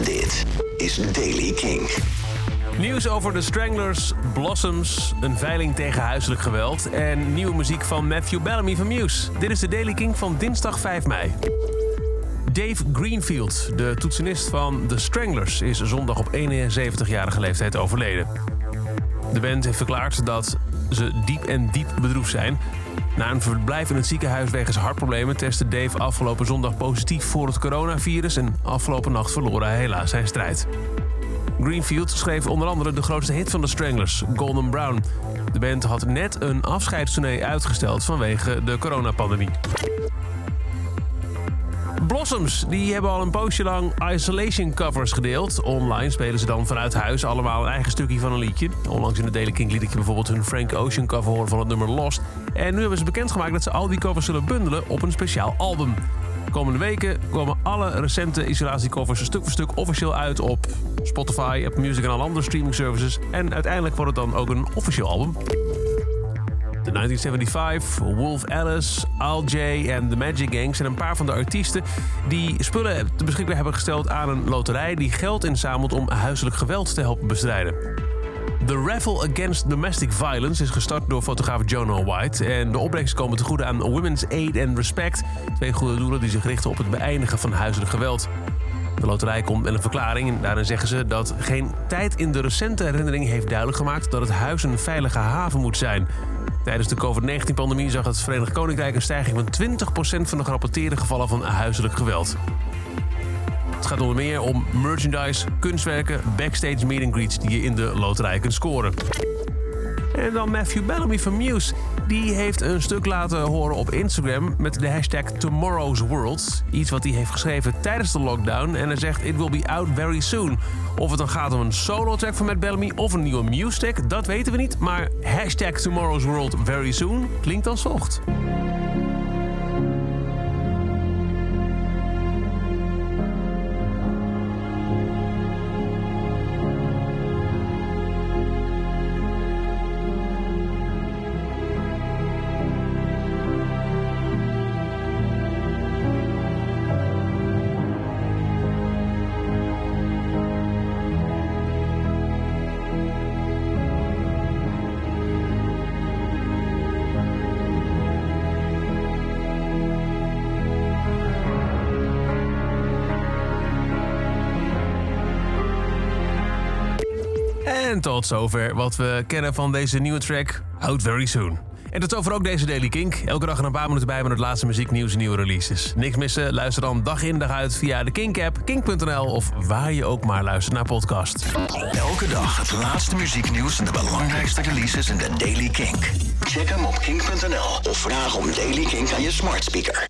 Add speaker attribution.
Speaker 1: Dit is Daily King.
Speaker 2: Nieuws over de Stranglers, Blossoms, een veiling tegen huiselijk geweld en nieuwe muziek van Matthew Bellamy van Muse. Dit is de Daily King van dinsdag 5 mei. Dave Greenfield, de toetsenist van The Stranglers, is zondag op 71-jarige leeftijd overleden. De band heeft verklaard dat ze diep bedroefd zijn. Na een verblijf in het ziekenhuis wegens hartproblemen testte Dave afgelopen zondag positief voor het coronavirus en afgelopen nacht verloor hij helaas zijn strijd. Greenfield schreef onder andere de grootste hit van de Stranglers, Golden Brown. De band had net een afscheidstournee uitgesteld vanwege de coronapandemie. Blossoms, die hebben al een poosje lang isolation covers gedeeld. Online spelen ze dan vanuit huis allemaal een eigen stukje van een liedje. Onlangs in de Daily King liet ik je bijvoorbeeld hun Frank Ocean cover horen van het nummer Lost. En nu hebben ze bekendgemaakt dat ze al die covers zullen bundelen op een speciaal album. De komende weken komen alle recente isolatiecovers stuk voor stuk officieel uit op Spotify, Apple Music en alle andere streaming services. En uiteindelijk wordt het dan ook een officieel album. De 1975, Wolf Alice, Al J en The Magic Gang zijn een paar van de artiesten die spullen te beschikbaar hebben gesteld aan een loterij die geld inzamelt om huiselijk geweld te helpen bestrijden. De Raffle Against Domestic Violence is gestart door fotograaf Jonah White en de opbrengsten komen te goede aan Women's Aid and Respect, twee goede doelen die zich richten op het beëindigen van huiselijk geweld. De loterij komt met een verklaring en daarin zeggen ze dat geen tijd in de recente herinnering heeft duidelijk gemaakt dat het huis een veilige haven moet zijn. Tijdens de COVID-19-pandemie zag het Verenigd Koninkrijk een stijging van 20% van de gerapporteerde gevallen van huiselijk geweld. Het gaat onder meer om merchandise, kunstwerken, backstage meet and greets die je in de loterij kunt scoren. En dan Matthew Bellamy van Muse. Die heeft een stuk laten horen op Instagram met de hashtag Tomorrow's World. Iets wat hij heeft geschreven tijdens de lockdown. En hij zegt it will be out very soon. Of het dan gaat om een solo track van Matt Bellamy of een nieuwe Muse track, dat weten we niet. Maar hashtag Tomorrow's World very soon klinkt als volgt. En tot zover wat we kennen van deze nieuwe track, Out Very Soon. En tot zover ook deze Daily Kink. Elke dag een paar minuten bij met het laatste muzieknieuws en nieuwe releases. Niks missen, luister dan dag in dag uit via de Kink-app, kink.nl of waar je ook maar luistert naar podcast.
Speaker 1: Elke dag het laatste muzieknieuws en de belangrijkste releases in de Daily Kink. Check hem op kink.nl of vraag om Daily Kink aan je smart speaker.